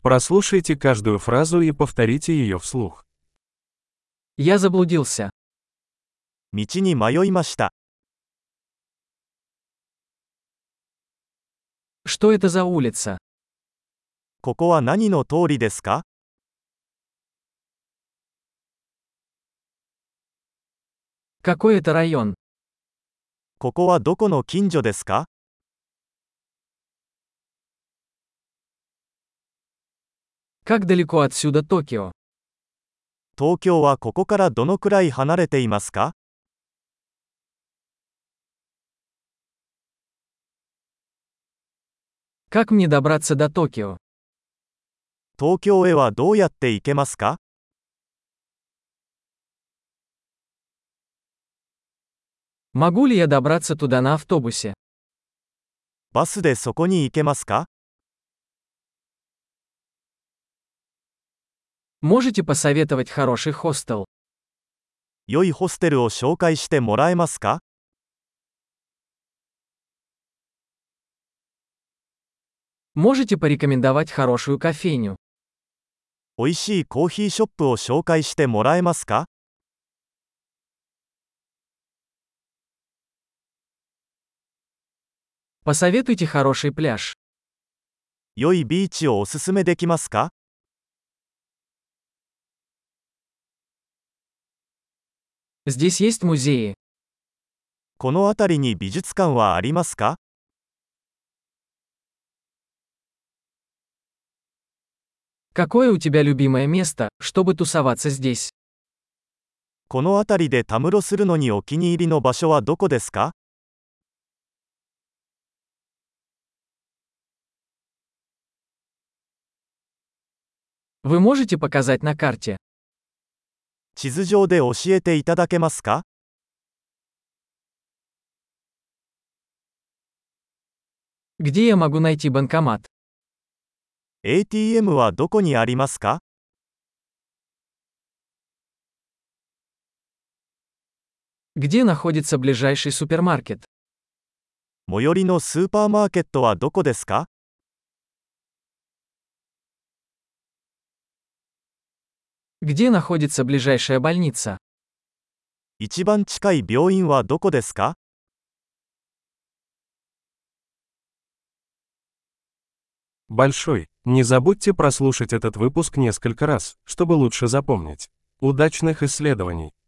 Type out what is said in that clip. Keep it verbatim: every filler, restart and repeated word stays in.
Прослушайте каждую фразу и повторите ее вслух. Я заблудился. 道に迷いました。 Что это за улица? ここは何の通りですか？ Какой это район? ここはどこの近所ですか？ Как далеко отсюда Токио? 東京はここからどのくらい離れていますか？ Как мне добраться до Токио? 東京へはどうやって行けますか？ Могу ли я добраться туда на автобусе? バスでそこに行けますか？ Можете посоветовать хороший хостел? 良いホステルを紹介してもらえますか？ Можете порекомендовать хорошую кофейню? おいしいコーヒーショップを紹介してもらえますか？ Посоветуйте хороший пляж. 良いビーチをおすすめできますか？ Здесь есть музеи. この辺りに美術館はありますか？ Какое у тебя любимое место, чтобы тусоваться здесь? この辺りでたむろするのにお気に入りの場所はどこですか？ Вы можете показать на карте? 地図上で教えていただけますか？ Где я могу найти банкомат? エーティーエム はどこにありますか？ Где находится ближайший супермаркет? 最寄りのスーパーマーケットはどこですか？ Где находится ближайшая больница? 一番近い病院はどこですか？ Большой. Не забудьте прослушать этот выпуск несколько раз, чтобы лучше запомнить. Удачных исследований!